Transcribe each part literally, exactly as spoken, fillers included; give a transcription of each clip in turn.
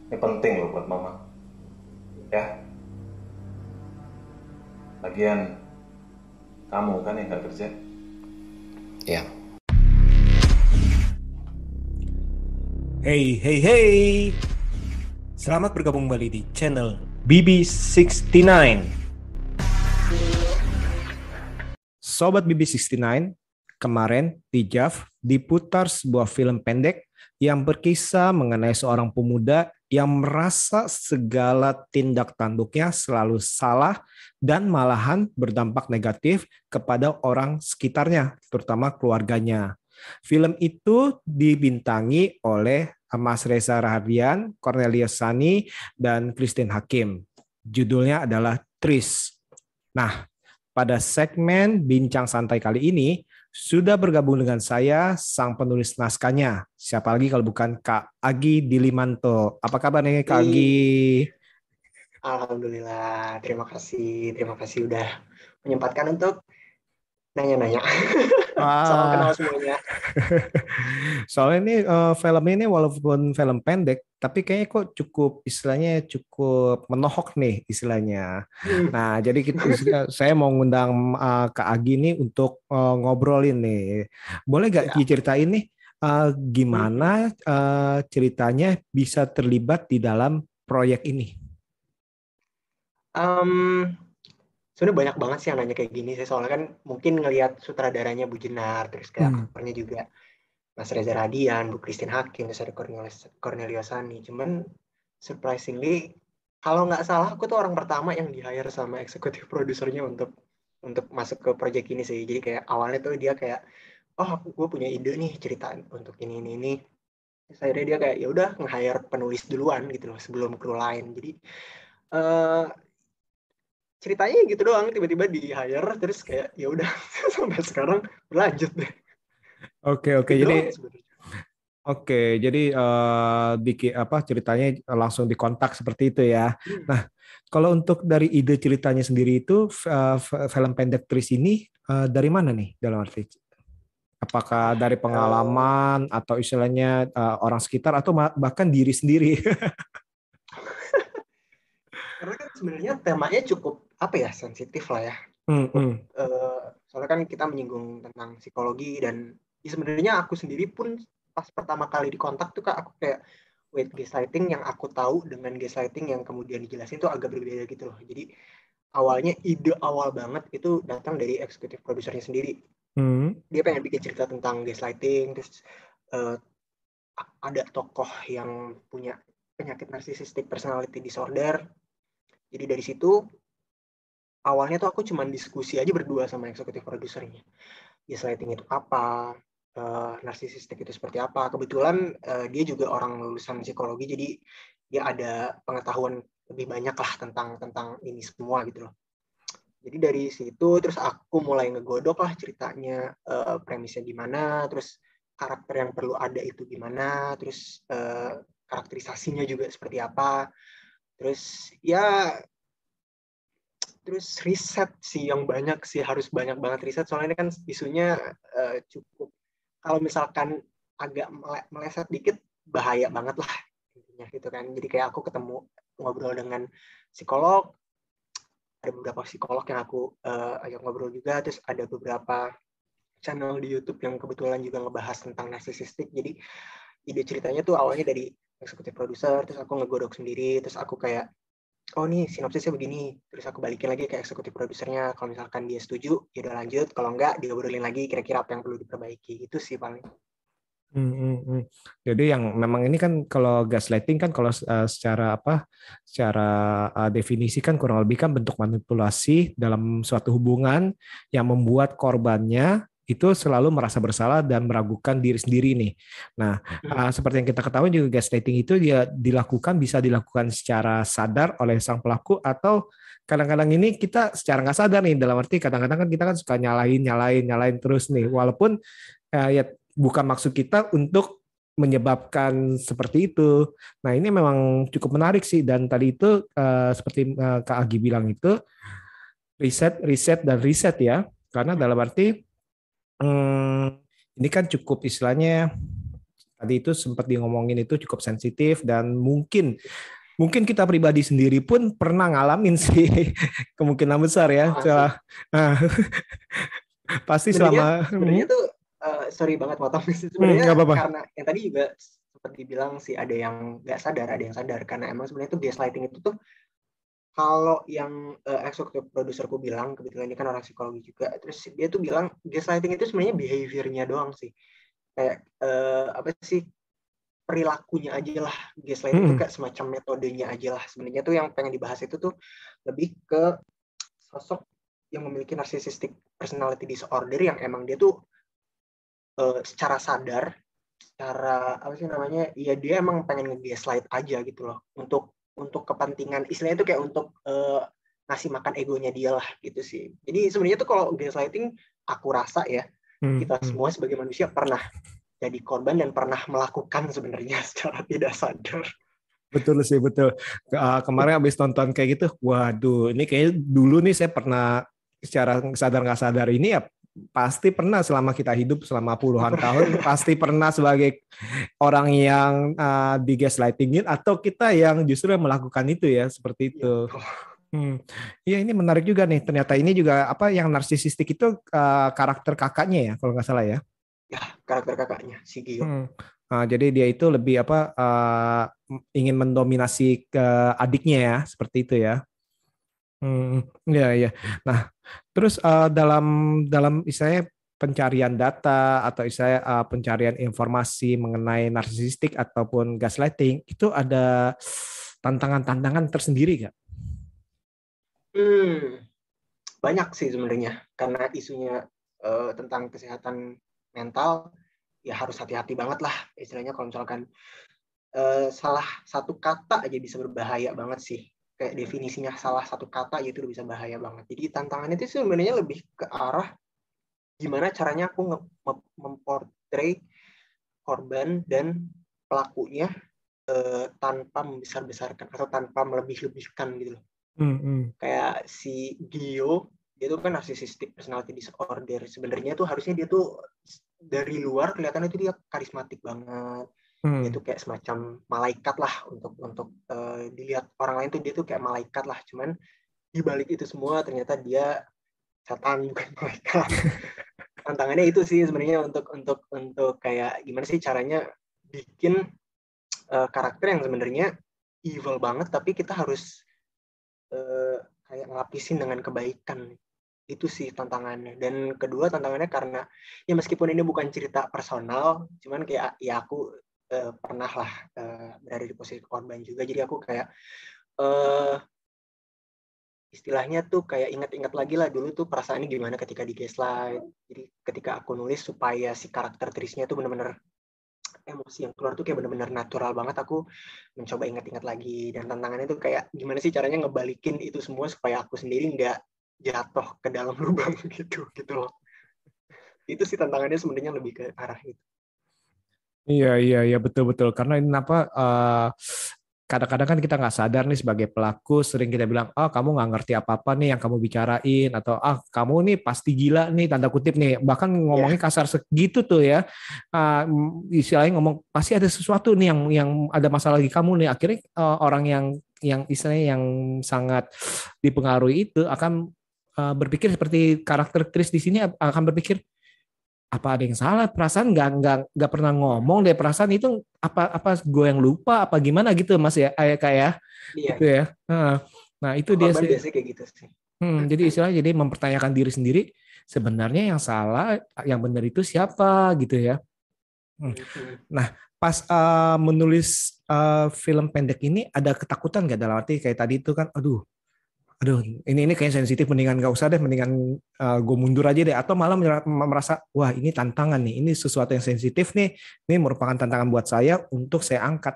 Ini penting loh buat mama. Ya, lagian kamu kan yang nggak kerja. Ya. Hey, hey, hey. Selamat bergabung kembali di channel B B enam puluh sembilan. Sobat B B enam puluh sembilan, kemarin di J A V diputar sebuah film pendek yang berkisah mengenai seorang pemuda yang merasa segala tindak tanduknya selalu salah dan malahan berdampak negatif kepada orang sekitarnya, terutama keluarganya. Film itu dibintangi oleh Mas Reza Rahardian, Cornelius Sani, dan Christine Hakim. Judulnya adalah Tris. Nah, pada segmen Bincang Santai kali ini, sudah bergabung dengan saya sang penulis naskahnya. Siapa lagi kalau bukan Kak Agi Dilimanto. Apa kabar nih Kak Agi? Ih, Alhamdulillah, terima kasih, terima kasih udah menyempatkan untuk nanya-nanya. Salam kenal Wah, semuanya. soalnya ini uh, film ini walaupun film pendek, tapi kayaknya kok cukup istilahnya cukup menohok nih istilahnya. Hmm. Nah, jadi kita, saya mau ngundang uh, Kak Agi nih untuk uh, ngobrolin nih. Boleh gak Ya. diceritain nih uh, Hmm. gimana uh, ceritanya bisa terlibat di dalam proyek ini? Um, Sebenarnya banyak banget sih yang nanya kayak gini sih, soalnya kan mungkin ngelihat sutradaranya Bu Jenar, terus kayak Hmm. aktornya juga Mas Reza Radian, Bu Christine Hakim, terus ada Cornelius, Cornelius Sani. Cuman surprisingly, kalau nggak salah aku tuh orang pertama yang di hire sama eksekutif produsernya untuk untuk masuk ke proyek ini sih. Jadi kayak awalnya tuh dia kayak, oh aku gue punya ide nih cerita untuk ini ini ini. Terus akhirnya dia kayak ya udah nge-hire penulis duluan gitu loh sebelum kru lain. Jadi uh, ceritanya gitu doang, tiba-tiba di hire terus kayak ya udah sampai sekarang berlanjut deh. Oke, oke. Gitu Jadi doang sebenarnya. Oke, jadi eh diki- apa ceritanya langsung dikontak seperti itu ya. Hmm. Nah, kalau untuk dari ide ceritanya sendiri itu f- eh, f- film pendek Tris ini eh, dari mana nih dalam arti? Apakah Wah, dari uh, pengalaman atau istilahnya eh, orang sekitar atau ma- bahkan diri sendiri? karena kan sebenarnya temanya cukup apa ya, sensitif lah ya, Hmm, cukup hmm. uh, soalnya kan kita menyinggung tentang psikologi dan ya sebenarnya aku sendiri pun pas pertama kali dikontak tuh kak aku kayak wait, gaslighting yang aku tahu dengan gaslighting yang kemudian dijelasin tuh agak berbeda gitu loh. Jadi awalnya ide awal banget itu datang dari eksekutif produsernya sendiri. Hmm. Dia pengen bikin cerita tentang gaslighting, terus uh, ada tokoh yang punya penyakit narcissistic personality disorder. Jadi dari situ awalnya tuh aku cuman diskusi aja berdua sama eksekutif produsernya. Gaslighting itu apa? Uh, narsisistik itu seperti apa? Kebetulan uh, dia juga orang lulusan psikologi, jadi dia ada pengetahuan lebih banyak lah tentang tentang ini semua gitu loh. Jadi dari situ terus aku mulai ngegodok lah ceritanya, uh, premisnya gimana, terus karakter yang perlu ada itu gimana, terus uh, karakterisasinya juga seperti apa. Terus ya terus riset sih yang banyak sih, harus banyak banget riset soalnya ini kan isunya uh, cukup, kalau misalkan agak meleset dikit bahaya banget lah intinya gitu kan. Jadi kayak aku ketemu ngobrol dengan psikolog, ada beberapa psikolog yang aku uh, ajak ngobrol juga, terus ada beberapa channel di YouTube yang kebetulan juga ngebahas tentang narcissistic. Jadi ide ceritanya tuh awalnya dari eksekutif produser, terus aku ngegodok sendiri, terus aku kayak oh nih sinopsisnya begini, terus aku balikin lagi ke eksekutif produsernya, kalau misalkan dia setuju ya udah lanjut, kalau enggak dia obrolin lagi kira-kira apa yang perlu diperbaiki, gitu sih paling. Hmm, hmm, hmm. Jadi yang memang ini kan kalau gaslighting kan kalau uh, secara apa secara uh, definisi kan kurang lebih kan bentuk manipulasi dalam suatu hubungan yang membuat korbannya itu selalu merasa bersalah dan meragukan diri sendiri nih. Nah, Hmm. uh, seperti yang kita ketahui juga gaslighting itu dia dilakukan bisa dilakukan secara sadar oleh sang pelaku atau kadang-kadang ini kita secara nggak sadar nih dalam arti kadang-kadang kan kita kan suka nyalain nyalain nyalain terus nih walaupun uh, ya bukan maksud kita untuk menyebabkan seperti itu. Nah, ini memang cukup menarik sih dan tadi itu uh, seperti uh, Kak Agi bilang itu riset, riset dan riset ya. Karena dalam arti hmm, ini kan cukup istilahnya tadi itu sempat di ngomongin itu cukup sensitif dan mungkin mungkin kita pribadi sendiri pun pernah ngalamin sih kemungkinan besar ya. Ah, Setelah, nah, pasti sebenarnya selama sebenarnya tuh uh, sorry banget potong hmm, sebenarnya nggak apa-apa. karena yang tadi juga seperti dibilang sih ada yang nggak sadar ada yang sadar karena emang sebenarnya tuh gaslighting itu tuh kalau yang uh, eksekutif produserku bilang kebetulan ini kan orang psikologi juga terus dia tuh bilang gaslighting itu sebenarnya behaviornya doang sih kayak uh, apa sih perilakunya aja lah gaslighting itu Hmm. kayak semacam metodenya aja lah sebenarnya tuh yang pengen dibahas itu tuh lebih ke sosok yang memiliki narcissistic personality disorder yang emang dia tuh uh, secara sadar, secara apa sih namanya, ya dia emang pengen nge-gaslight aja gitu loh, untuk untuk kepentingan istilahnya itu kayak untuk uh, ngasih makan egonya dia lah gitu sih. Jadi sebenarnya tuh kalau gaslighting, aku rasa ya Hmm. kita Hmm. semua sebagai manusia pernah jadi korban dan pernah melakukan sebenarnya secara tidak sadar. Betul sih, betul. Uh, kemarin habis nonton kayak gitu, waduh, ini kayak dulu nih saya pernah secara sadar nggak sadar ini ya pasti pernah selama kita hidup selama puluhan tahun, pasti pernah sebagai orang yang uh, digaslightingin atau kita yang justru melakukan itu ya, seperti Iya, itu. betul. Hmm. Iya, ini menarik juga nih. Ternyata ini juga apa yang narsisistik itu uh, karakter kakaknya ya, kalau nggak salah ya. Ya, karakter kakaknya, si Gio. Hmm. Nah, jadi dia itu lebih apa uh, ingin mendominasi ke adiknya ya, seperti itu ya. Hmm, ya ya. Nah, terus uh, dalam dalam istilahnya pencarian data atau istilahnya uh, pencarian informasi mengenai narsisistik ataupun gaslighting itu ada tantangan-tantangan tersendiri nggak? Hmm, banyak sih sebenarnya karena isunya uh, tentang kesehatan mental ya harus hati-hati banget lah istilahnya kalau misalkan uh, salah satu kata aja bisa berbahaya banget sih kayak definisinya salah satu kata aja itu udah bisa bahaya banget jadi tantangannya itu sebenarnya lebih ke arah gimana caranya aku memportray korban dan pelakunya uh, tanpa membesar-besarkan atau tanpa melebih-lebihkan gitu loh. Hmm, hmm. Kayak si Gio dia tuh kan narcissistic personality disorder sebenarnya tuh harusnya dia tuh dari luar kelihatan itu dia karismatik banget Hmm. dia tuh kayak semacam malaikat lah untuk untuk uh, dilihat orang lain tuh dia tuh kayak malaikat lah cuman di balik itu semua ternyata dia setan bukan malaikat tantangannya itu sih sebenarnya untuk untuk untuk kayak gimana sih caranya bikin uh, karakter yang sebenarnya evil banget tapi kita harus uh, kayak ngelapisin dengan kebaikan itu sih tantangannya dan kedua tantangannya karena ya meskipun ini bukan cerita personal cuman kayak ya aku uh, pernah lah uh, berada di posisi korban juga jadi aku kayak uh, istilahnya tuh kayak ingat-ingat lagi lah dulu tuh perasaannya gimana ketika di gaslight jadi ketika aku nulis supaya si karakter Trisnya tuh benar-benar emosi yang keluar tuh kayak benar-benar natural banget aku mencoba ingat-ingat lagi dan tantangannya tuh kayak gimana sih caranya ngebalikin itu semua supaya aku sendiri nggak jatuh ke dalam lubang gitu gitu loh itu sih tantangannya sebenarnya lebih ke arah itu. Iya, iya, iya, betul-betul. Karena ini apa, uh, kadang-kadang kan kita nggak sadar nih sebagai pelaku, sering kita bilang, ah kamu nggak ngerti apa-apa nih yang kamu bicarain, atau ah kamu nih pasti gila nih, tanda kutip nih. Bahkan ngomongnya kasar segitu tuh ya. Uh, istilahnya ngomong, pasti ada sesuatu nih yang yang ada masalah di kamu nih. Akhirnya uh, orang yang yang istilahnya yang sangat dipengaruhi itu akan uh, berpikir seperti karakter Tris di sini akan berpikir, apa ada yang salah perasaan nggak nggak nggak pernah ngomong deh perasaan itu apa apa gue yang lupa apa gimana gitu mas ya kayak kayak Iya, gitu ya nah, nah itu dia korban sih biasanya kayak gitu sih. hmm, jadi istilah jadi mempertanyakan diri sendiri sebenarnya yang salah yang benar itu siapa gitu ya. Hmm. Nah pas uh, menulis uh, film pendek ini ada ketakutan nggak dalam arti kayak tadi itu kan aduh aduh ini ini kayak sensitif mendingan nggak usah deh mendingan uh, gue mundur aja deh atau malah merasa wah ini tantangan nih ini sesuatu yang sensitif nih ini merupakan tantangan buat saya untuk saya angkat.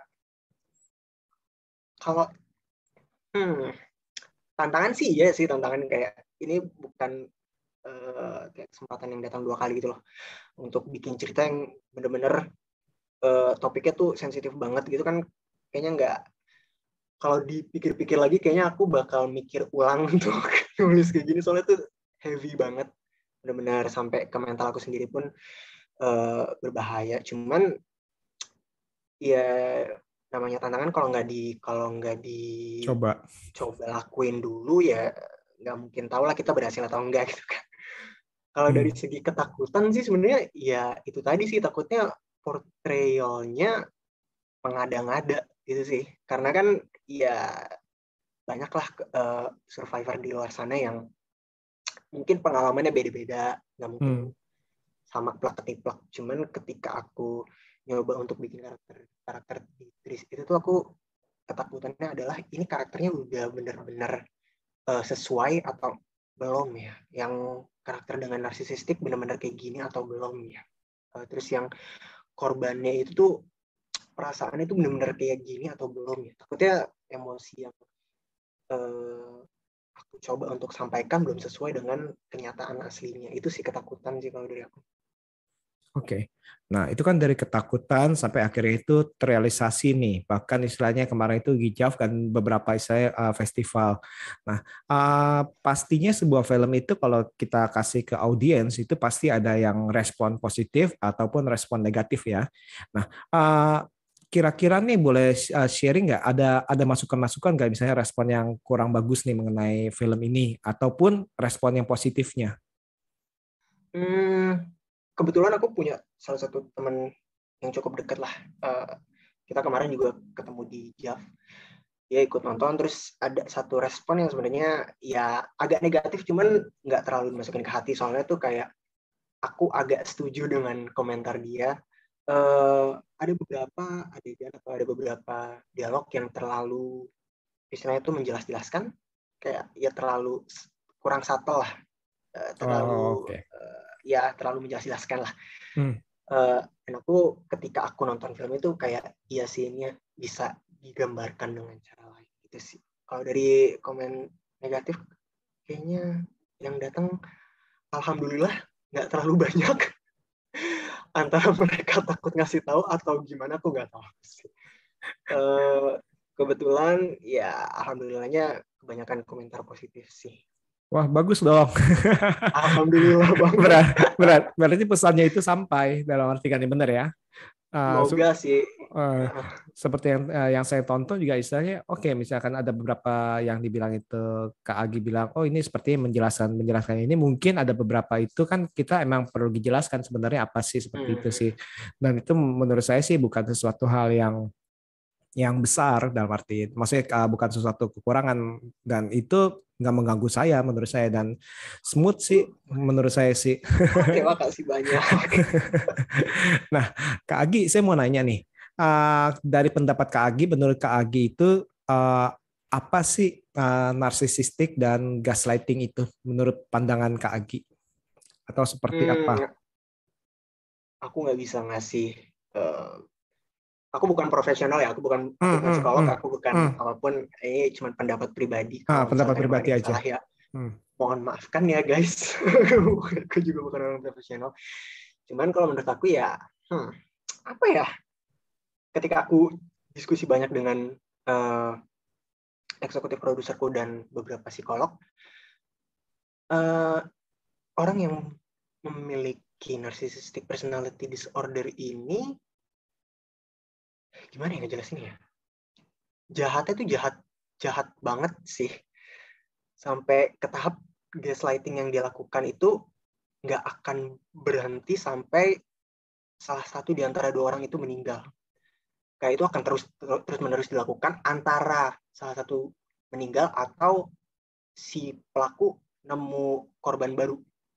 Kalau hmm, tantangan sih ya sih tantangan kayak ini bukan uh, kayak kesempatan yang datang dua kali gitu loh untuk bikin cerita yang bener-bener uh, topiknya tuh sensitif banget gitu kan kayaknya nggak kalau dipikir-pikir lagi kayaknya aku bakal mikir ulang untuk nulis kayak gini soalnya tuh heavy banget benar-benar sampai ke mental aku sendiri pun uh, berbahaya cuman ya namanya tantangan kalau nggak di kalau nggak di Coba. coba lakuin dulu ya nggak mungkin tahu lah kita berhasil atau enggak gitu kan. Kalau Hmm. dari segi ketakutan sih sebenarnya ya itu tadi sih, takutnya portrayalnya mengada-ngada gitu sih. Karena kan ya banyaklah uh, survivor di luar sana yang mungkin pengalamannya beda-beda, nggak mungkin Hmm. sama plak ketiplak. Cuman ketika aku nyoba untuk bikin karakter karakter di Tris itu tuh aku ketakutannya adalah ini karakternya udah benar-benar uh, sesuai atau belum ya, yang karakter dengan narsisistik benar-benar kayak gini atau belum ya. Uh, terus yang korbannya itu tuh perasaannya itu benar-benar kayak gini atau belum ya. Takutnya emosi yang uh, aku coba untuk sampaikan belum sesuai dengan kenyataan aslinya. Itu sih ketakutan sih kalau dari aku. Oke, nah itu kan dari ketakutan sampai akhirnya itu terrealisasi nih. Bahkan istilahnya kemarin itu Gijaf kan beberapa istilahnya uh, festival. Nah, uh, pastinya sebuah film itu kalau kita kasih ke audiens itu pasti ada yang respon positif ataupun respon negatif ya. Nah, uh, kira-kira nih boleh sharing nggak? Ada ada masukan-masukan nggak misalnya respon yang kurang bagus nih mengenai film ini ataupun respon yang positifnya? Hmm, kebetulan aku punya salah satu teman yang cukup dekat lah. Uh, kita kemarin juga ketemu di J A V. Dia ikut nonton, terus ada satu respon yang sebenarnya ya agak negatif, cuman nggak terlalu dimasukin ke hati. Soalnya tuh kayak aku agak setuju dengan komentar dia. Uh, ada beberapa adegan atau ada beberapa dialog yang terlalu, istilahnya tuh menjelas-jelaskan, kayak ya terlalu kurang subtle lah. Uh, terlalu Oh, oke. Okay. uh, ya terlalu menjelaskan lah. Hmm. Uh, dan aku ketika aku nonton film itu kayak iya sih ini bisa digambarkan dengan cara lain gitu sih. Kalau dari komen negatif kayaknya yang datang alhamdulillah nggak terlalu banyak. Antara mereka takut ngasih tahu atau gimana aku nggak tahu sih. Uh, kebetulan ya alhamdulillahnya kebanyakan komentar positif sih. Wah, bagus dong. Alhamdulillah banget. Berat, berat. Berarti pesannya itu sampai dalam arti kan yang benar ya. Uh, Semoga sih. Uh, seperti yang uh, yang saya tonton juga istilahnya, oke, okay, misalkan ada beberapa yang dibilang itu Kak Agi bilang, oh ini seperti menjelaskan menjelaskan ini mungkin ada beberapa itu kan kita emang perlu dijelaskan sebenarnya apa sih seperti Hmm. itu sih. Dan itu menurut saya sih bukan sesuatu hal yang yang besar dalam arti maksudnya uh, bukan sesuatu kekurangan dan itu nggak mengganggu saya menurut saya dan smooth sih menurut saya sih. Oke, makasih banyak. Nah, Kak Agi, saya mau nanya nih, uh, dari pendapat Kak Agi, menurut Kak Agi itu uh, apa sih uh, narsisistik dan gaslighting itu menurut pandangan Kak Agi atau seperti Hmm, apa? aku nggak bisa ngasih. Uh, aku bukan profesional ya, aku bukan aku Hmm, bukan hmm, psikolog, hmm, aku bukan hmm. apapun. Ini cuma pendapat pribadi. Ah, Kalau pendapat misalkan emang pribadi ada yang aja. salah ya, Hmm. mohon maafkan ya guys. Aku juga bukan orang profesional. Cuman kalau menurut aku ya, hmm, apa ya? Ketika aku diskusi banyak dengan uh, eksekutif produserku dan beberapa psikolog, uh, orang yang memiliki narcissistic personality disorder ini, gimana ya ngejelasin ya? Jahatnya tuh jahat, jahat banget sih. Sampai ke tahap gaslighting yang dia lakukan itu nggak akan berhenti sampai salah satu di antara dua orang itu meninggal. Kayak itu akan terus terus menerus dilakukan antara salah satu meninggal atau si pelaku nemu korban baru.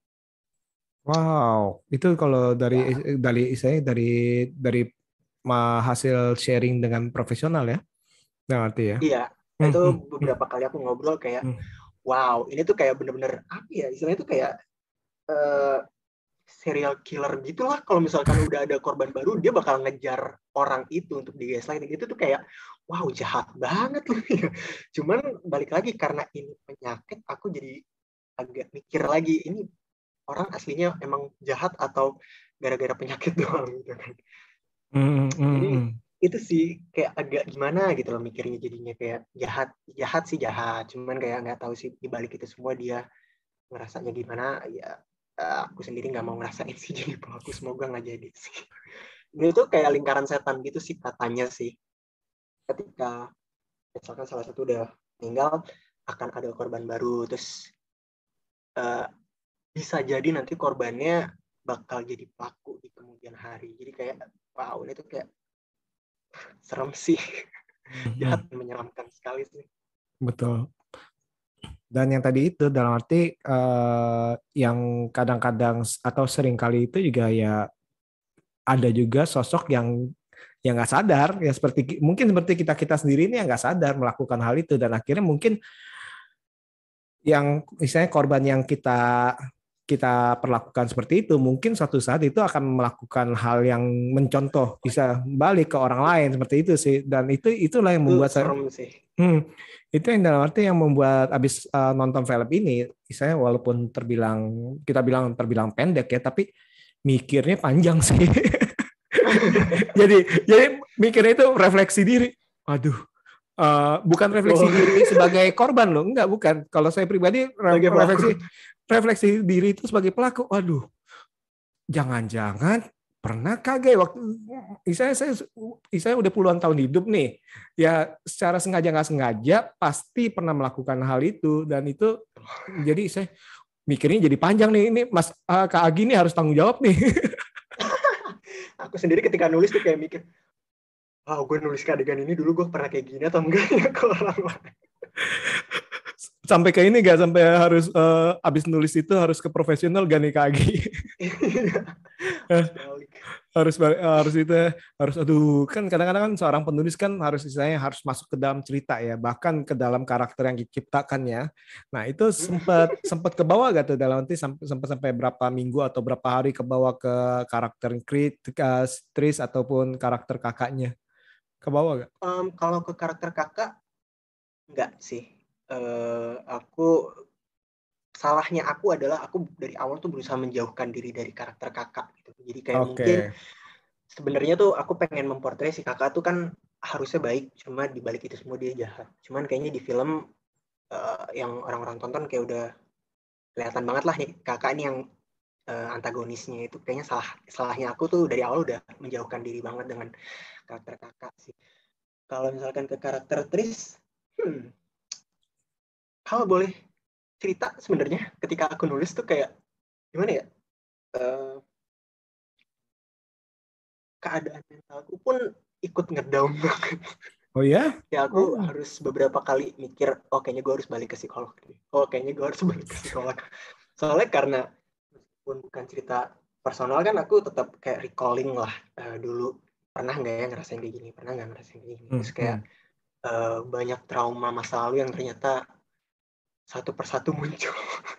Wow, itu kalau dari Ya, dari saya dari dari hasil sharing dengan profesional ya, nggak ngerti ya. iya. Hmm, Itu hmm, hmm, beberapa kali aku ngobrol kayak, hmm. wow, ini tuh kayak bener-bener apa ya? Istilahnya tuh kayak uh, serial killer gitulah. Kalau misalkan udah ada korban baru, dia bakal ngejar orang itu untuk di gaslighting. Itu tuh kayak, wow, jahat banget loh. Cuman balik lagi karena ini penyakit, aku jadi agak mikir lagi, ini orang aslinya emang jahat atau gara-gara penyakit doang gitu kan. Hmm, hmm, Jadi hmm. itu sih kayak agak gimana gitu loh mikirnya, jadinya kayak jahat jahat sih jahat, cuman kayak nggak tahu sih dibalik itu semua dia ngerasanya gimana ya. Uh, aku sendiri nggak mau ngerasain sih jadi pelaku, semoga nggak jadi sih. Ini tuh kayak lingkaran setan gitu sih katanya sih. Ketika misalkan salah satu udah meninggal, akan ada korban baru. Terus uh, bisa jadi nanti korbannya bakal jadi pelaku di kemudian hari. Jadi kayak, wow, ini tuh kayak serem sih. Jahat dan menyeramkan sekali sih. Betul. Dan yang tadi itu dalam arti uh, yang kadang-kadang atau seringkali itu juga ya ada juga sosok yang yang nggak sadar, ya seperti mungkin seperti kita kita sendiri ini yang nggak sadar melakukan hal itu, dan akhirnya mungkin yang misalnya korban yang kita kita perlakukan seperti itu mungkin suatu saat itu akan melakukan hal yang mencontoh, bisa balik ke orang lain seperti itu sih. Dan itu itulah yang membuat itu saya sih. Hmm, itu yang dalam arti yang membuat abis uh, nonton film ini, misalnya walaupun terbilang kita bilang terbilang pendek ya, tapi mikirnya panjang sih. jadi jadi mikirnya itu refleksi diri. Aduh, uh, bukan refleksi oh. diri sebagai korban loh, enggak, bukan. Kalau saya pribadi sebagai refleksi refleksi diri itu sebagai pelaku. Aduh, jangan-jangan pernah kagak waktu saya saya saya udah puluhan tahun hidup nih, ya secara sengaja nggak sengaja pasti pernah melakukan hal itu, dan itu jadi saya mikirnya jadi panjang nih, ini Mas uh, Kak Agi nih harus tanggung jawab nih. Aku sendiri ketika nulis tuh kayak mikir, wow, gue nulis ke adegan ini dulu gue pernah kayak gini atau enggak ya kalau orang lain. Sampai kayak ini gak, sampai harus uh, abis nulis itu harus ke profesional gak nih Kak Agi? harus balik, harus itu harus aduh, kan kadang-kadang kan seorang penulis kan harus istilahnya harus masuk ke dalam cerita ya, bahkan ke dalam karakter yang diciptakan ya. Nah itu sempat sempat ke bawah gak tuh, dalam nanti sampai sampai berapa minggu atau berapa hari ke bawah ke karakter Tris ataupun karakter kakaknya, ke bawah gak? Um, kalau ke karakter kakak enggak sih. Uh, aku salahnya aku adalah aku dari awal tuh berusaha menjauhkan diri dari karakter kakak gitu. Jadi kayak okay. mungkin sebenarnya tuh aku pengen memportray si kakak tuh kan harusnya baik, cuma di balik itu semua dia jahat. Cuman kayaknya di film uh, yang orang-orang tonton kayak udah kelihatan banget lah nih kakak ini yang uh, antagonisnya itu kayaknya salah salahnya aku tuh dari awal udah menjauhkan diri banget dengan karakter kakak sih. Kalau misalkan ke karakter Tris, hmm, kalau boleh cerita sebenarnya ketika aku nulis tuh kayak gimana ya, uh, keadaan mentalku pun ikut ngedown banget. Oh ya? Ya aku oh. harus beberapa kali mikir, oh kayaknya gue harus balik ke psikolog. Oh kayaknya gue harus balik ke psikolog. Soalnya karena meskipun bukan cerita personal kan aku tetap kayak recalling lah uh, dulu pernah nggak ya ngerasain kayak gini, pernah nggak ngerasain kayak gini. Terus kayak uh, banyak trauma masa lalu yang ternyata satu persatu muncul.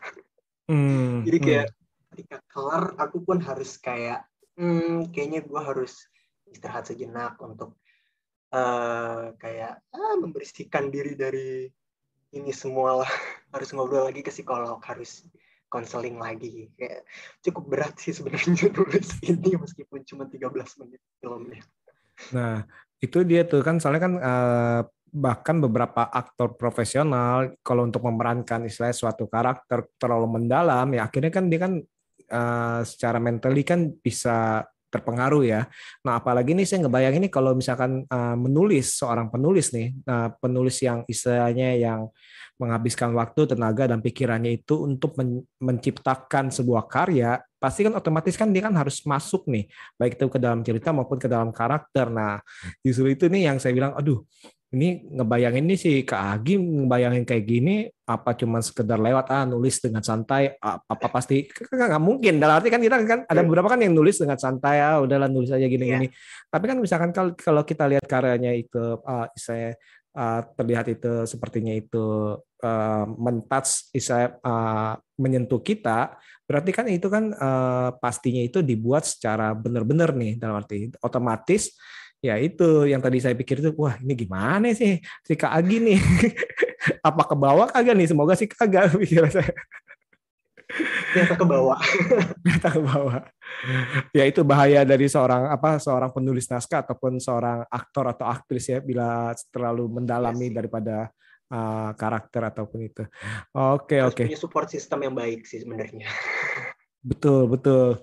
Hmm, Jadi kayak hmm. ketika kelar aku pun harus kayak hmm, kayaknya gue harus istirahat sejenak untuk uh, kayak ah, membersihkan diri dari ini semua lah. Harus ngobrol lagi ke psikolog, harus konseling lagi. Kayak cukup berat sih sebenarnya nulis ini meskipun cuma tiga belas menit filmnya. Nah itu dia tuh kan, soalnya kan uh... bahkan beberapa aktor profesional kalau untuk memerankan istilahnya suatu karakter terlalu mendalam ya akhirnya kan dia kan uh, secara mentally kan bisa terpengaruh ya. Nah apalagi nih saya ngebayang ini kalau misalkan uh, menulis, seorang penulis nih, nah, penulis yang istilahnya yang menghabiskan waktu, tenaga dan pikirannya itu untuk men- menciptakan sebuah karya, pasti kan otomatis kan dia kan harus masuk nih baik itu ke dalam cerita maupun ke dalam karakter. Nah justru itu nih yang saya bilang, aduh ini ngebayangin nih si Kak Agi ngebayangin kayak gini apa cuma sekedar lewat ah nulis dengan santai apa, apa pasti nggak mungkin. Dalam arti kan kita kan ada beberapa kan yang nulis dengan santai ah udahlah nulis aja gini-gini. Yeah. Tapi kan misalkan kalau kalau kita lihat karyanya itu uh, saya uh, terlihat itu sepertinya itu uh, mentouch saya uh, menyentuh kita, berarti kan itu kan uh, pastinya itu dibuat secara benar-benar nih, dalam arti otomatis. Ya itu yang tadi saya pikir itu, wah ini gimana sih si Kak Agi nih, apa ke bawah kagak nih? Semoga sih kagak, pikir saya. Ternyata ke bawah. Ternyata ke bawah. Ya itu bahaya dari seorang apa seorang penulis naskah ataupun seorang aktor atau aktris ya, bila terlalu mendalami yes. daripada uh, karakter ataupun itu. Oke Harus oke. punya support system yang baik sih sebenarnya. Betul betul.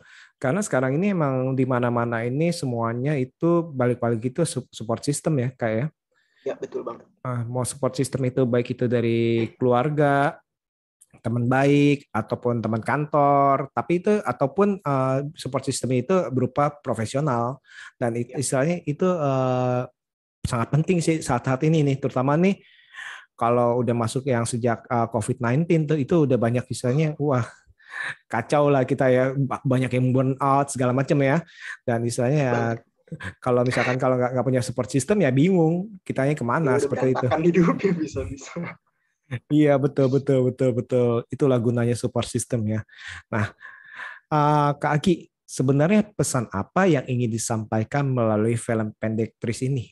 Karena sekarang ini emang di mana-mana ini semuanya itu balik-balik itu support system ya kayak ya. Ya betul banget. uh, mau support system itu baik itu dari keluarga, teman baik ataupun teman kantor, tapi itu ataupun uh, support system itu berupa profesional dan it, Ya. istilahnya itu uh, sangat penting sih saat-saat ini nih, terutama nih kalau udah masuk yang sejak uh, covid sembilan belas tuh itu udah banyak istilahnya wah kacau lah kita ya, banyak yang burn out segala macam ya, dan istilahnya ya, kalau misalkan kalau nggak nggak punya support system ya bingung kitanya kemana Ya, udah seperti itu. berantakan hidupnya bisa-bisa. Iya betul betul betul betul itulah gunanya support system ya. Nah uh, Kak Aki, sebenarnya pesan apa yang ingin disampaikan melalui film pendek Tris ini?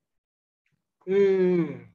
Hmm.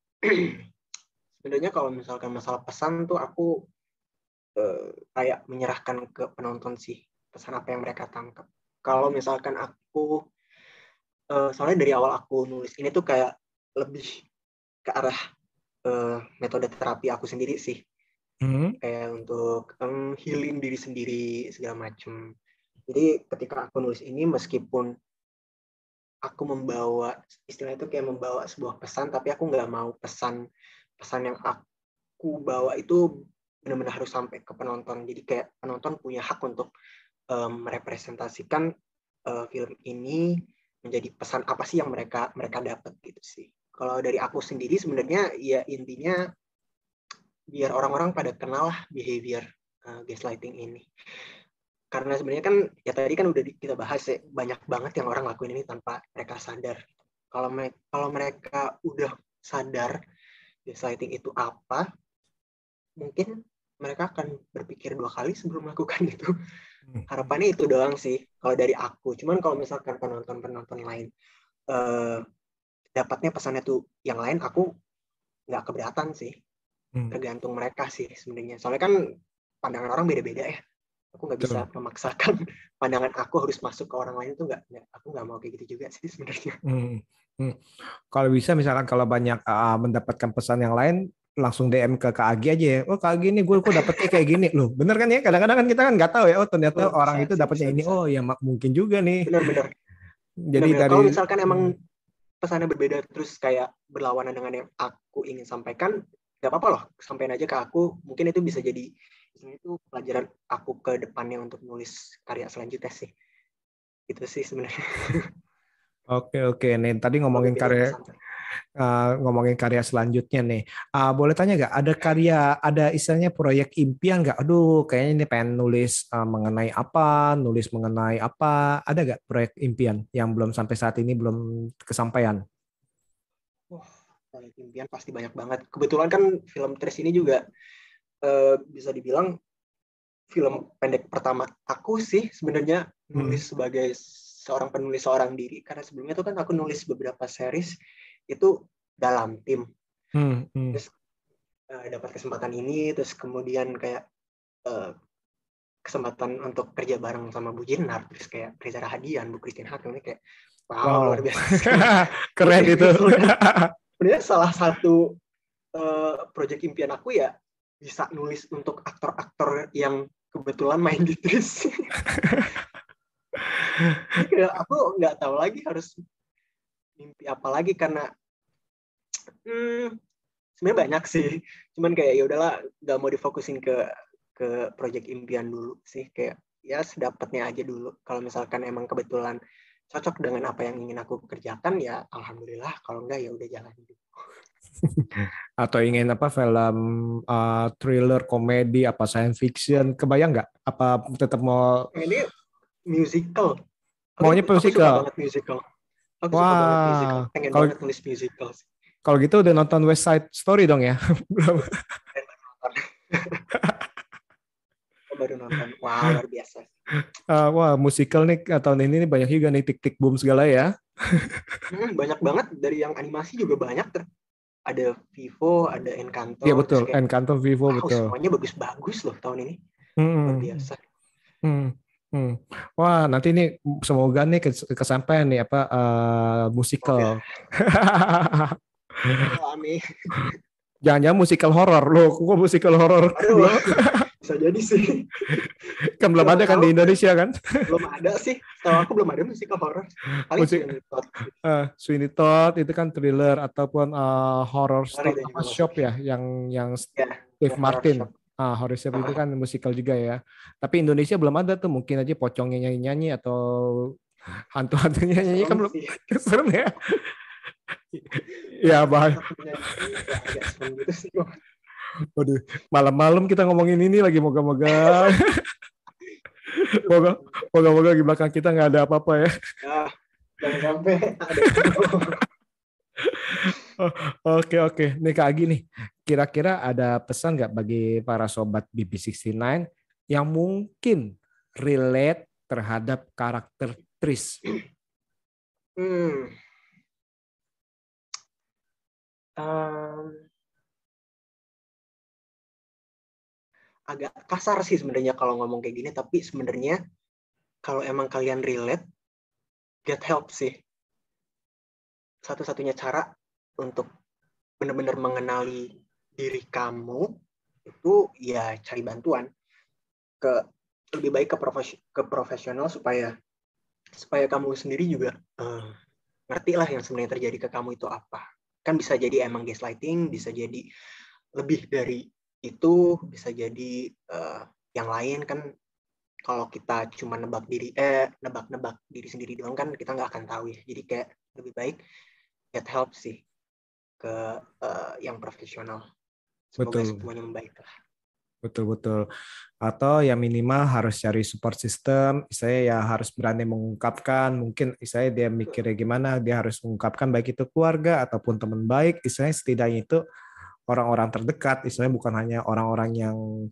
Sebenarnya kalau misalkan masalah pesan tuh aku eh, kayak menyerahkan ke penonton sih pesan apa yang mereka tangkap. Kalau misalkan aku eh, soalnya dari awal aku nulis ini tuh kayak lebih ke arah eh, metode terapi aku sendiri sih. Hmm. Kayak untuk um, healing diri sendiri segala macam. Jadi ketika aku nulis ini meskipun aku membawa istilah itu kayak membawa sebuah pesan, tapi aku nggak mau pesan pesan yang aku bawa itu benar-benar harus sampai ke penonton. Jadi kayak penonton punya hak untuk um, merepresentasikan uh, film ini menjadi pesan apa sih yang mereka mereka dapat gitu sih. Kalau dari aku sendiri sebenarnya ya intinya biar orang-orang pada kenal lah behavior uh, gaslighting ini. Karena sebenarnya kan ya tadi kan udah kita bahas ya, banyak banget yang orang lakuin ini tanpa mereka sadar. Kalau me- kalau mereka udah sadar gaslighting itu apa, mungkin mereka akan berpikir dua kali sebelum melakukan itu. Harapannya itu doang sih kalau dari aku. Cuman kalau misalkan penonton-penonton lain eh, dapatnya pesannya tuh yang lain, aku nggak keberatan sih. Tergantung mereka sih sebenarnya. Soalnya kan pandangan orang beda-beda ya. Aku nggak bisa Betul. memaksakan pandangan aku harus masuk ke orang lain, itu nggak, aku nggak mau kayak gitu juga sih sebenarnya. Hmm. Hmm. Kalau bisa misalkan kalau banyak uh, mendapatkan pesan yang lain langsung D M ke Kak Agi aja ya. Oh Kak Agi ini gue kok dapetnya kayak gini loh. Bener kan ya? Kadang-kadang kan kita kan nggak tahu ya. Oh ternyata oh, orang bisa, itu dapetnya ini. Bisa. Oh ya mungkin juga nih. Benar-benar. Jadi benar-benar. dari Kalau misalkan emang pesannya berbeda terus kayak berlawanan dengan yang aku ingin sampaikan, nggak apa-apa loh. Sampaikan aja ke aku. Mungkin itu bisa jadi itu pelajaran aku ke depannya untuk nulis karya selanjutnya sih. Itu sih sebenarnya. Oke oke nih tadi ngomongin karya uh, ngomongin karya selanjutnya nih. Uh, boleh tanya nggak ada karya ada istilahnya proyek impian nggak? Aduh kayaknya ini pengen nulis uh, mengenai apa, nulis mengenai apa. Ada nggak proyek impian yang belum sampai saat ini belum kesampaian? Wah, proyek impian pasti banyak banget. Kebetulan kan film Tris ini juga Uh, bisa dibilang film pendek pertama aku sih sebenarnya nulis hmm. sebagai seorang penulis seorang diri, karena sebelumnya tuh kan aku nulis beberapa series itu dalam tim hmm. Hmm. terus uh, dapat kesempatan ini, terus kemudian kayak uh, kesempatan untuk kerja bareng sama Bu Jinar, terus kayak Reza Rahadian, Bu Christine Hakim, ini kayak wow, wow. luar biasa keren itu. Sebenarnya salah satu uh, proyek impian aku ya bisa nulis untuk aktor-aktor yang kebetulan main di Tris. Aku nggak tahu lagi harus mimpi apa lagi, karena hmm, sebenarnya banyak sih. Cuman kayak ya udahlah, nggak mau difokusin ke ke proyek impian dulu sih. Kayak ya sedapatnya aja dulu. Kalau misalkan emang kebetulan cocok dengan apa yang ingin aku kerjakan ya alhamdulillah. Kalau enggak ya udah jalan dulu. Atau ingin apa film uh, thriller, komedi, apa science fiction, kebayang nggak? Apa tetap mau? Ini musical. Maunya aku, musical. Aku suka banget musical. Aku Wah. suka banget musical. Pengen kalo, banget nulis musical. Kalau gitu udah nonton West Side Story dong ya? Belum. Baru nonton. Wah, luar biasa. Uh, wah, musical nih tahun ini nih banyak juga nih tik-tik boom segala ya. hmm, banyak banget, dari yang animasi juga banyak. Ada Vivo, ada Encanto. Iya betul, kayak, Encanto, Vivo, wow, betul. Semuanya bagus-bagus loh tahun ini. Hmm. Luar biasa. Hmm. Hmm. Wah, nanti nih semoga nih kesampaian nih apa uh, musikal. Amin. Jangan-jangan musikal horor loh, kok musikal horor. Bisa jadi sih. Kan belum ada kan di Indonesia kan? Belum ada sih. Tahu aku belum ada musikal horor. Paling Musik, Sweeney Todd. uh, Sweeney Todd itu kan thriller ataupun uh, horror Sorry, story itu apa juga shop masuk. ya, yang yang Ya, Steve ya, Martin. Horror Shop. Ah, horror shop itu Ah. kan musikal juga ya. Tapi Indonesia belum ada tuh, mungkin aja pocongnya nyanyi-nyanyi atau hantu-hantunya nyanyi kan Serem belum. sih. Serem ya. Ya bahaya. Satunya itu ya agak serem gitu sih. Waduh, malam-malam kita ngomongin ini lagi, moga-moga. moga, moga-moga di belakang kita nggak ada apa-apa ya. Ya, jangan sampai ada. Oh, oke oke, nih Kak Agi nih, kira-kira ada pesan nggak bagi para sobat B B enam puluh sembilan yang mungkin relate terhadap karakter Tris? Hmm. Um, agak kasar sih sebenarnya kalau ngomong kayak gini, tapi sebenarnya kalau emang kalian relate, get help sih. Satu-satunya cara untuk benar-benar mengenali diri kamu itu ya cari bantuan ke lebih baik ke profes- ke profesional supaya supaya kamu sendiri juga uh, ngerti lah yang sebenarnya terjadi ke kamu itu apa. Kan bisa jadi emang gaslighting, bisa jadi lebih dari itu, bisa jadi uh, yang lain kan. Kalau kita cuma nebak diri eh nebak-nebak diri sendiri doang kan kita nggak akan tahu ya. Jadi kayak lebih baik get help sih ke uh, yang profesional. Semoga Betul. semuanya membaik lah. Betul-betul. Atau ya minimal harus cari support system, saya ya harus berani mengungkapkan, mungkin saya dia mikirnya gimana, dia harus mengungkapkan baik itu keluarga ataupun teman baik, istilahnya setidaknya itu orang-orang terdekat, istilahnya bukan hanya orang-orang yang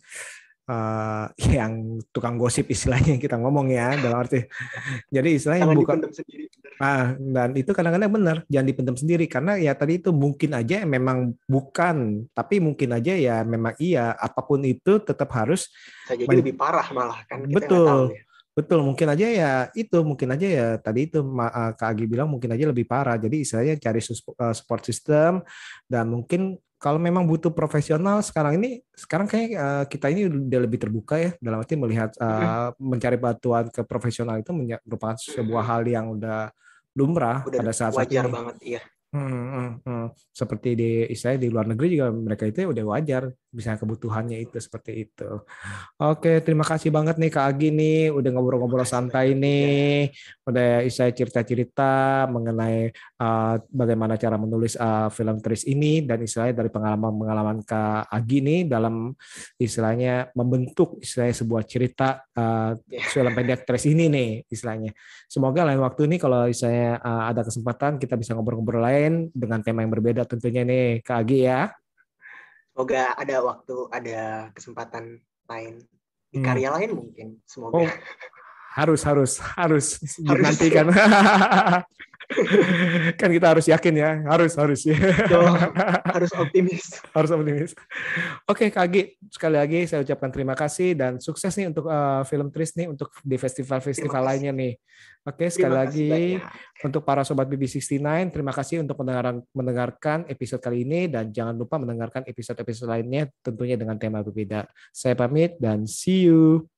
uh, yang tukang gosip istilahnya kita ngomong ya, dalam arti. Jadi istilahnya Jangan bukan dipendam sendiri. ah, dan itu kadang-kadang benar, jangan dipendam sendiri karena ya tadi itu mungkin aja memang bukan, tapi mungkin aja ya memang iya, apapun itu tetap harus Bisa jadi men- lebih parah malah kan kita nggak betul. tahu ya. Betul, mungkin aja ya itu, mungkin aja ya tadi itu Ma- uh, Kak Agi bilang mungkin aja lebih parah. Jadi istilahnya cari sus- uh, support system dan mungkin kalau memang butuh profesional sekarang ini, sekarang kayak uh, kita ini udah lebih terbuka ya dalam arti melihat uh, mencari bantuan ke profesional itu menja- merupakan sebuah hal yang udah lumrah Udah pada saat-saat wajar ini. banget iya. Hmm, hmm, hmm. Seperti di istilahnya di luar negeri juga mereka itu udah wajar bisa kebutuhannya itu seperti itu. Oke, terima kasih banget nih Kak Agi nih udah ngobrol-ngobrol Terima kasih santai banyak nih, udah istilahnya cerita-cerita mengenai uh, bagaimana cara menulis uh, film Tris ini dan istilahnya dari pengalaman-pengalaman Kak Agi nih dalam istilahnya membentuk istilahnya sebuah cerita uh, Yeah. film pendek Tris ini nih istilahnya. Semoga lain waktu ini kalau istilahnya uh, ada kesempatan kita bisa ngobrol-ngobrol lain dengan tema yang berbeda tentunya nih Kak Agi ya. Semoga ada waktu, ada kesempatan lain di Hmm. karya lain mungkin. Semoga. Oh, harus harus harus Harus. dinantikan. Kan kita harus yakin ya, harus harus ya. Tuh, harus optimis. Harus optimis. Oke, Kak Agi, sekali lagi saya ucapkan terima kasih dan sukses nih untuk uh, film Tris nih untuk di festival-festival Terima kasih. lainnya nih. Oke, sekali Terima lagi kasih banyak. untuk para sobat B B enam puluh sembilan, terima kasih untuk mendengarkan mendengarkan episode kali ini dan jangan lupa mendengarkan episode-episode lainnya tentunya dengan tema berbeda. Saya pamit dan see you.